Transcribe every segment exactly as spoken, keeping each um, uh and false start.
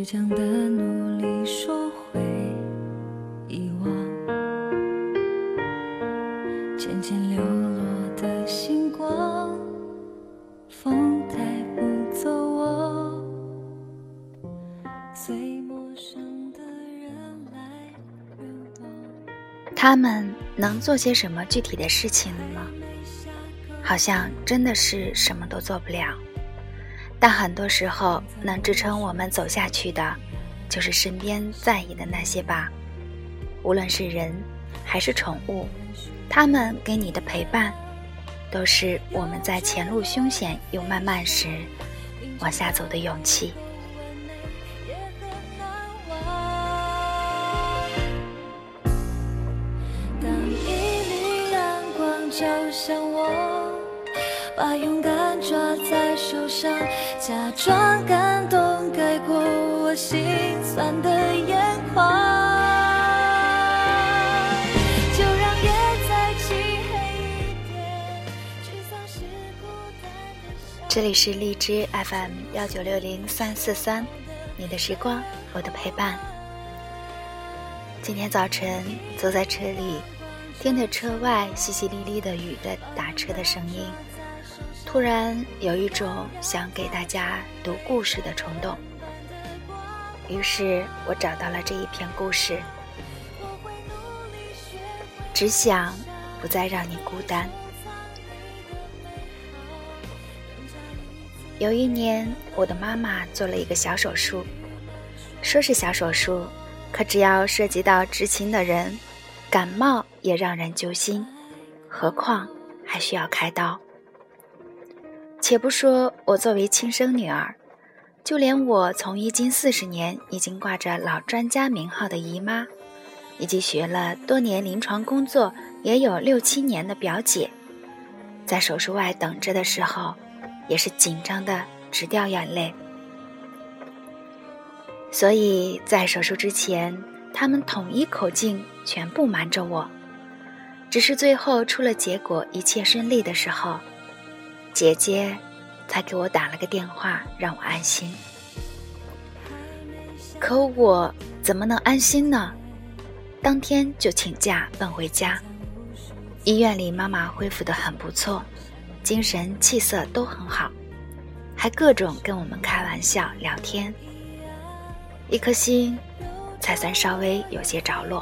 强的努力说会遗忘，渐渐流落的星光，风带不走我，最陌生的人来流动。 他们能做些什么具体的事情吗？好像真的是什么都做不了，但很多时候能支撑我们走下去的，就是身边在意的那些吧。无论是人还是宠物，他们给你的陪伴，都是我们在前路凶险又漫漫时往下走的勇气。 当一缕阳光照向我，把勇敢抓在手上，假装感动盖过我心酸的眼眶，就让夜再漆黑一点，沮丧是孤单的笑。 这里是荔枝 F M 幺九六零三四三，你的时光，我的陪伴。今天早晨坐在车里，听着车外淅淅沥沥的雨的打车的声音，突然有一种想给大家读故事的冲动，于是我找到了这一篇故事，只想不再让你孤单。有一年，我的妈妈做了一个小手术，说是小手术，可只要涉及到知情的人，感冒也让人揪心，何况还需要开刀。且不说我作为亲生女儿，就连我从医经四十年已经挂着老专家名号的姨妈，以及学了多年临床工作也有六七年的表姐，在手术外等着的时候，也是紧张的直掉眼泪。所以在手术之前，他们统一口径，全部瞒着我。只是最后出了结果，一切顺利的时候，姐姐才给我打了个电话，让我安心。可我怎么能安心呢？当天就请假奔回家。医院里妈妈恢复得很不错，精神气色都很好，还各种跟我们开玩笑聊天，一颗心才算稍微有些着落。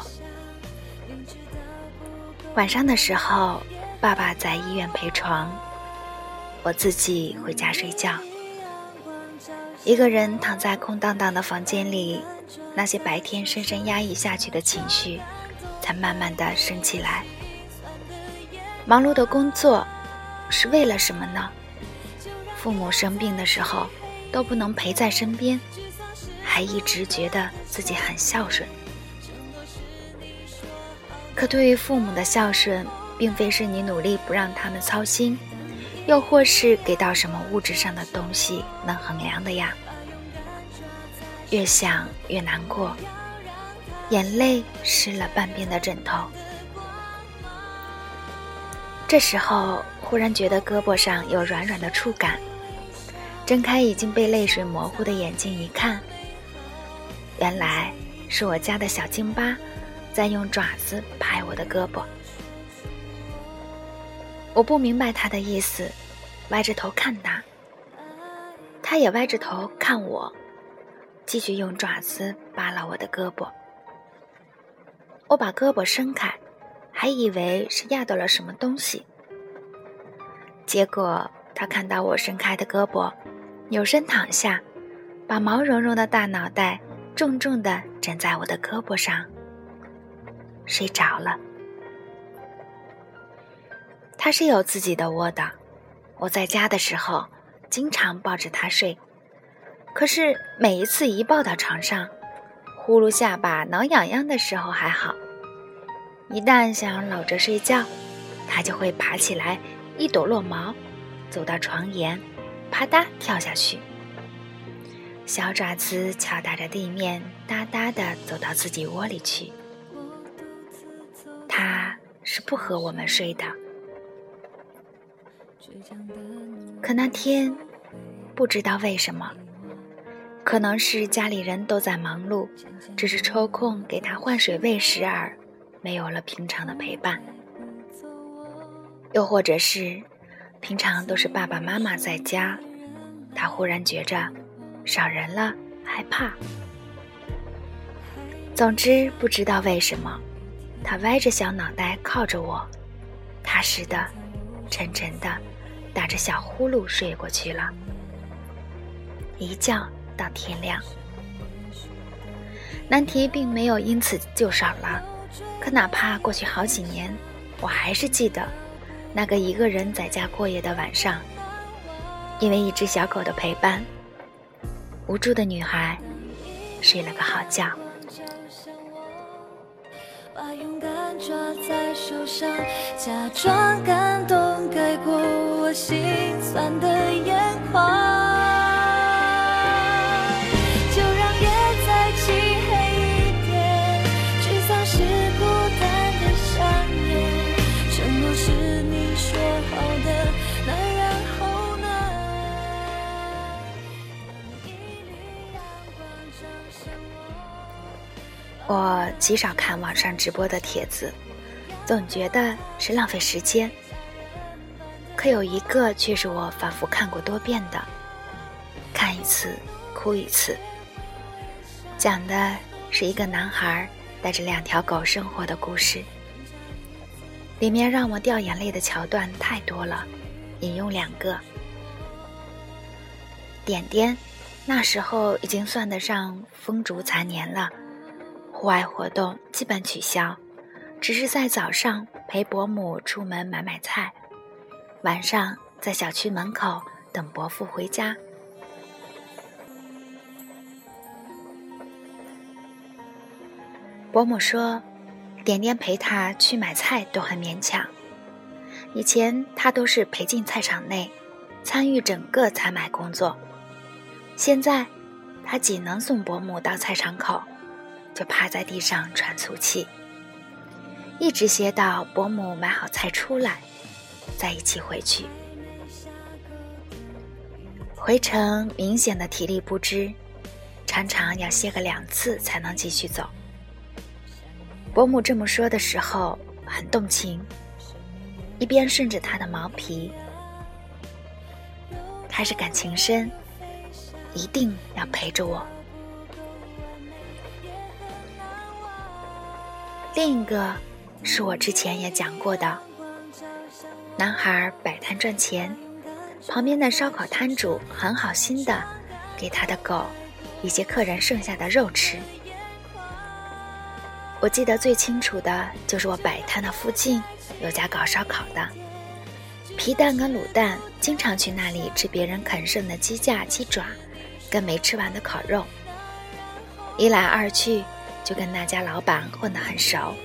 晚上的时候，爸爸在医院陪床，我自己回家睡觉，一个人躺在空荡荡的房间里，那些白天深深压抑下去的情绪才慢慢地升起来。忙碌的工作是为了什么呢？父母生病的时候都不能陪在身边，还一直觉得自己很孝顺。可对于父母的孝顺，并非是你努力不让他们操心，又或是给到什么物质上的东西能衡量的呀。越想越难过，眼泪湿了半边的枕头。这时候忽然觉得胳膊上有软软的触感，睁开已经被泪水模糊的眼睛一看，原来是我家的小京巴在用爪子拍我的胳膊。我不明白他的意思，歪着头看他，他也歪着头看我，继续用爪子扒拉我的胳膊。我把胳膊伸开，还以为是压到了什么东西，结果他看到我伸开的胳膊，扭身躺下，把毛茸茸的大脑袋重重地枕在我的胳膊上，睡着了。他是有自己的窝的，我在家的时候经常抱着他睡，可是每一次一抱到床上，呼噜下巴挠痒痒的时候还好，一旦想搂着睡觉，他就会爬起来一抖落毛，走到床沿，啪嗒跳下去，小爪子敲打着地面，哒哒地走到自己窝里去。他是不和我们睡的。可那天不知道为什么， 可能是家里人都在忙碌，只是抽空给他换水喂食而没有了平常的陪伴。又或者是平常都是爸爸妈妈在家，他忽然觉着少人了，害怕。总之不知道为什么，他歪着小脑袋靠着我，踏实的沉沉的打着小呼噜睡过去了，一觉到天亮。难题并没有因此就少了，可哪怕过去好几年，我还是记得那个一个人在家过夜的晚上，因为一只小狗的陪伴，无助的女孩睡了个好觉。 把勇敢抓在手上，假装感动盖过我心酸的眼眶，就让夜再漆黑一点，沮丧是孤单的想念，承诺是你说好的，那然后呢？一缕阳光照向我。 我极少看网上直播的帖子，总觉得是浪费时间。可有一个却是我反复看过多遍的，看一次哭一次。讲的是一个男孩带着两条狗生活的故事，里面让我掉眼泪的桥段太多了，引用两个。点点那时候已经算得上风烛残年了，户外活动基本取消，只是在早上陪伯母出门买买菜，晚上在小区门口等伯父回家。伯母说，点点陪他去买菜都很勉强，以前他都是陪进菜场内，参与整个采买工作，现在他仅能送伯母到菜场口，就趴在地上喘粗气，一直歇到伯母买好菜出来，再一起回去。回程明显的体力不支，常常要歇个两次才能继续走。伯母这么说的时候很动情，一边顺着他的毛皮，还是感情深，一定要陪着我。另一个是我之前也讲过的，男孩摆摊赚钱，旁边的烧烤摊主很好心的给他的狗一些客人剩下的肉吃。我记得最清楚的就是我摆摊的附近有家搞烧烤的，皮蛋跟卤蛋经常去那里吃别人啃剩的鸡架鸡爪跟没吃完的烤肉，一来二去就跟那家老板混得很熟。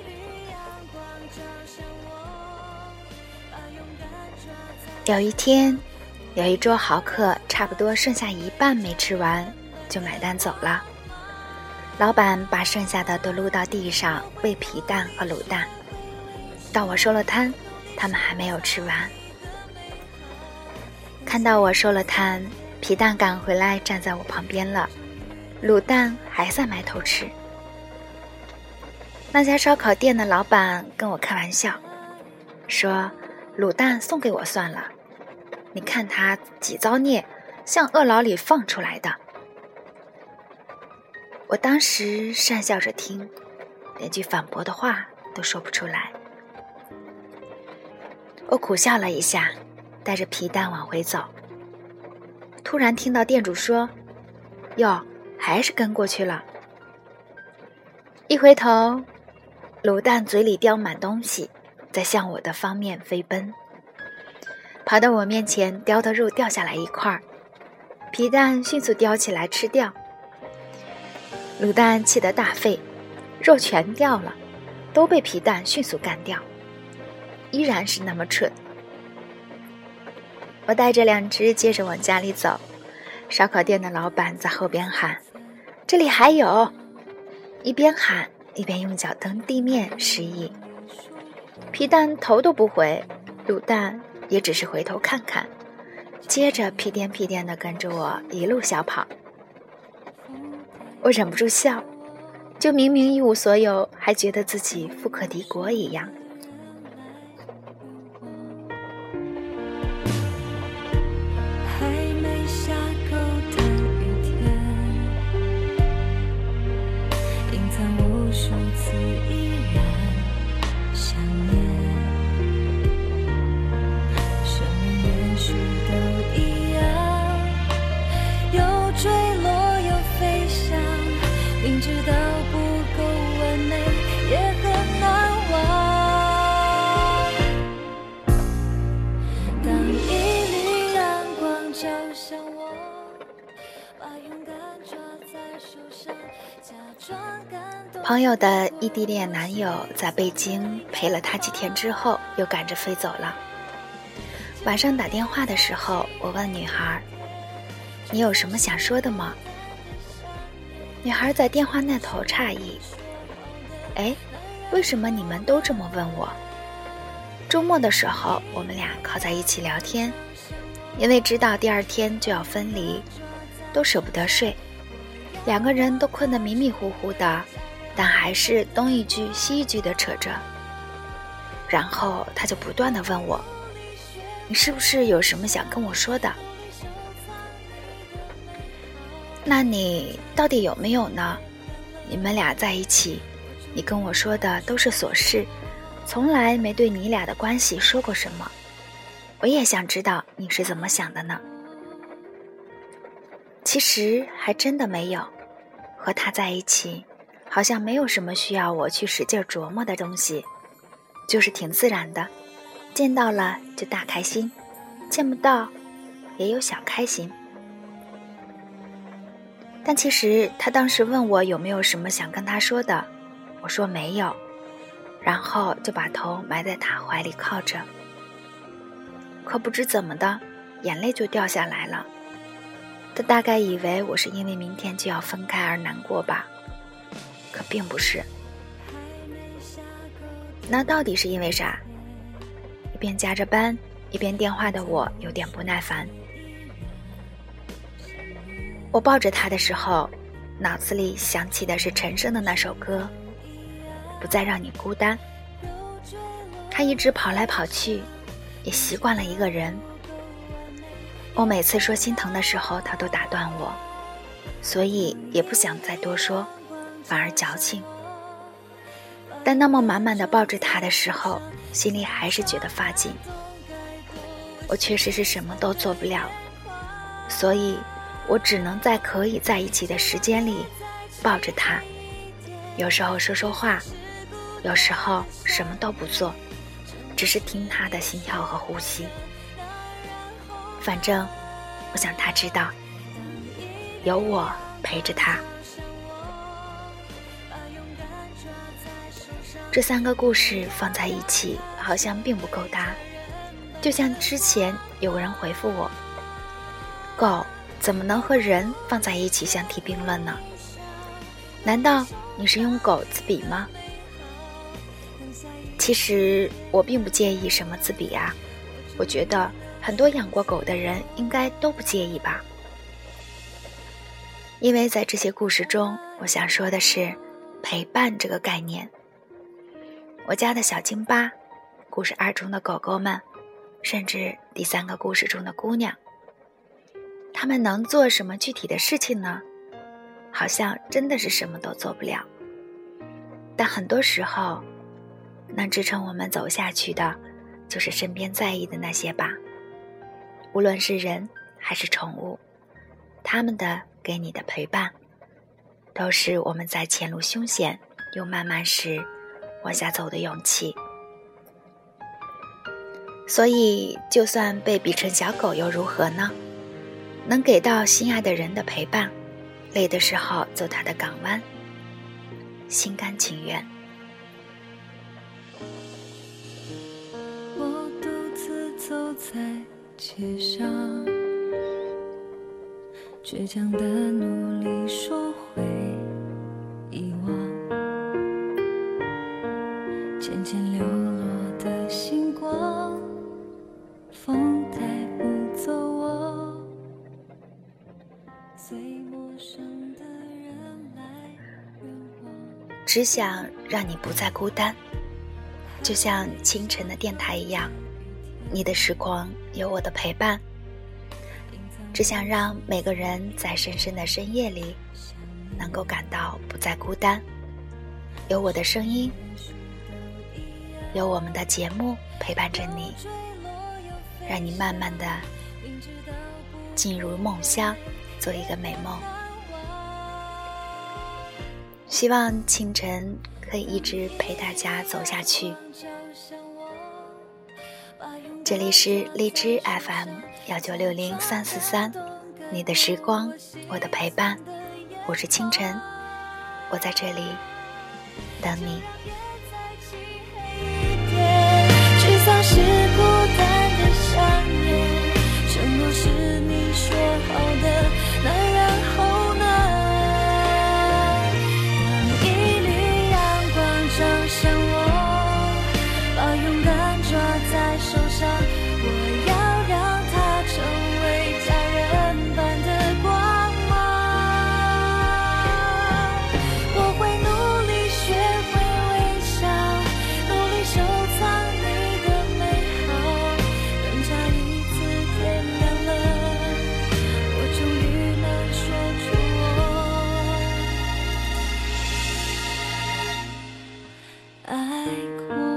有一天，有一桌豪客差不多剩下一半没吃完，就买单走了。老板把剩下的都撸到地上喂皮蛋和卤蛋，到我收了摊，他们还没有吃完。看到我收了摊，皮蛋赶回来站在我旁边了，卤蛋还在埋头吃。那家烧烤店的老板跟我开玩笑说，卤蛋送给我算了，你看他几遭孽，像恶牢里放出来的。我当时讪笑着听，连句反驳的话都说不出来。我苦笑了一下，带着皮蛋往回走，突然听到店主说，哟，还是跟过去了。一回头，卤蛋嘴里叼满东西，在向我的方面飞奔，跑到我面前，叼的肉掉下来一块，皮蛋迅速叼起来吃掉。卤蛋气得大吠，肉全掉了，都被皮蛋迅速干掉，依然是那么蠢。我带着两只接着往家里走，烧烤店的老板在后边喊，这里还有，一边喊一边用脚蹬地面示意。皮蛋头都不回，卤蛋也只是回头看看，接着屁颠屁颠地跟着我一路小跑。 我忍不住笑，就明明一无所有，还觉得自己富可敌国一样。朋友的异地恋男友在北京陪了她几天之后，又赶着飞走了。晚上打电话的时候，我问女孩：“你有什么想说的吗？”女孩在电话那头诧异：“哎，为什么你们都这么问我？”周末的时候，我们俩靠在一起聊天，因为知道第二天就要分离，都舍不得睡，两个人都困得迷迷糊糊的，但还是东一句西一句的扯着。然后他就不断地问我：“你是不是有什么想跟我说的？”那你到底有没有呢？你们俩在一起，你跟我说的都是琐事，从来没对你俩的关系说过什么。我也想知道你是怎么想的呢？其实还真的没有，和他在一起，好像没有什么需要我去使劲琢磨的东西，就是挺自然的，见到了就大开心，见不到也有小开心。但其实他当时问我有没有什么想跟他说的，我说没有，然后就把头埋在他怀里靠着。可不知怎么的，眼泪就掉下来了。他大概以为我是因为明天就要分开而难过吧，可并不是。那到底是因为啥？一边加着班，一边电话的我有点不耐烦。我抱着他的时候，脑子里想起的是陈升的那首歌《不再让你孤单》。他一直跑来跑去，也习惯了一个人。我每次说心疼的时候，他都打断我，所以也不想再多说，反而矫情。但那么满满的抱着他的时候，心里还是觉得发紧。我确实是什么都做不了，所以我只能在可以在一起的时间里抱着他，有时候说说话，有时候什么都不做，只是听他的心跳和呼吸。反正我想他知道，有我陪着他。这三个故事放在一起好像并不够搭，就像之前有个人回复我，狗怎么能和人放在一起相提并论呢？难道你是用狗自比吗？其实我并不介意什么自比啊，我觉得很多养过狗的人应该都不介意吧。因为在这些故事中，我想说的是陪伴这个概念。我家的小京巴，故事二中的狗狗们，甚至第三个故事中的姑娘，他们能做什么具体的事情呢？好像真的是什么都做不了。但很多时候，能支撑我们走下去的，就是身边在意的那些吧。无论是人还是宠物，他们的给你的陪伴，都是我们在前路凶险又漫漫时往下走的勇气。所以就算被比成小狗又如何呢？能给到心爱的人的陪伴，累的时候走他的港湾，心甘情愿。 我独自走在街上，倔强的努力说会遗忘，渐渐流落的星光，风带不走我最陌生的人。 只想让你不再孤单，就像清晨的电台一样，你的时光有我的陪伴。只想让每个人在深深的深夜里能够感到不再孤单，有我的声音，有我们的节目陪伴着你，让你慢慢的进入梦乡，做一个美梦。希望清晨可以一直陪大家走下去。这里是荔枝 F M 一九六零三四三，你的时光，我的陪伴，我是清晨，我在这里等你。 沮丧是孤单的想念，承诺是你说好的，那然后呢？当一缕阳光照向我，把勇敢抓在手上，我要让它成为家人般的光芒。我会努力学会微笑，努力收藏你的美好，等下一次天亮了，我终于能说出我爱过。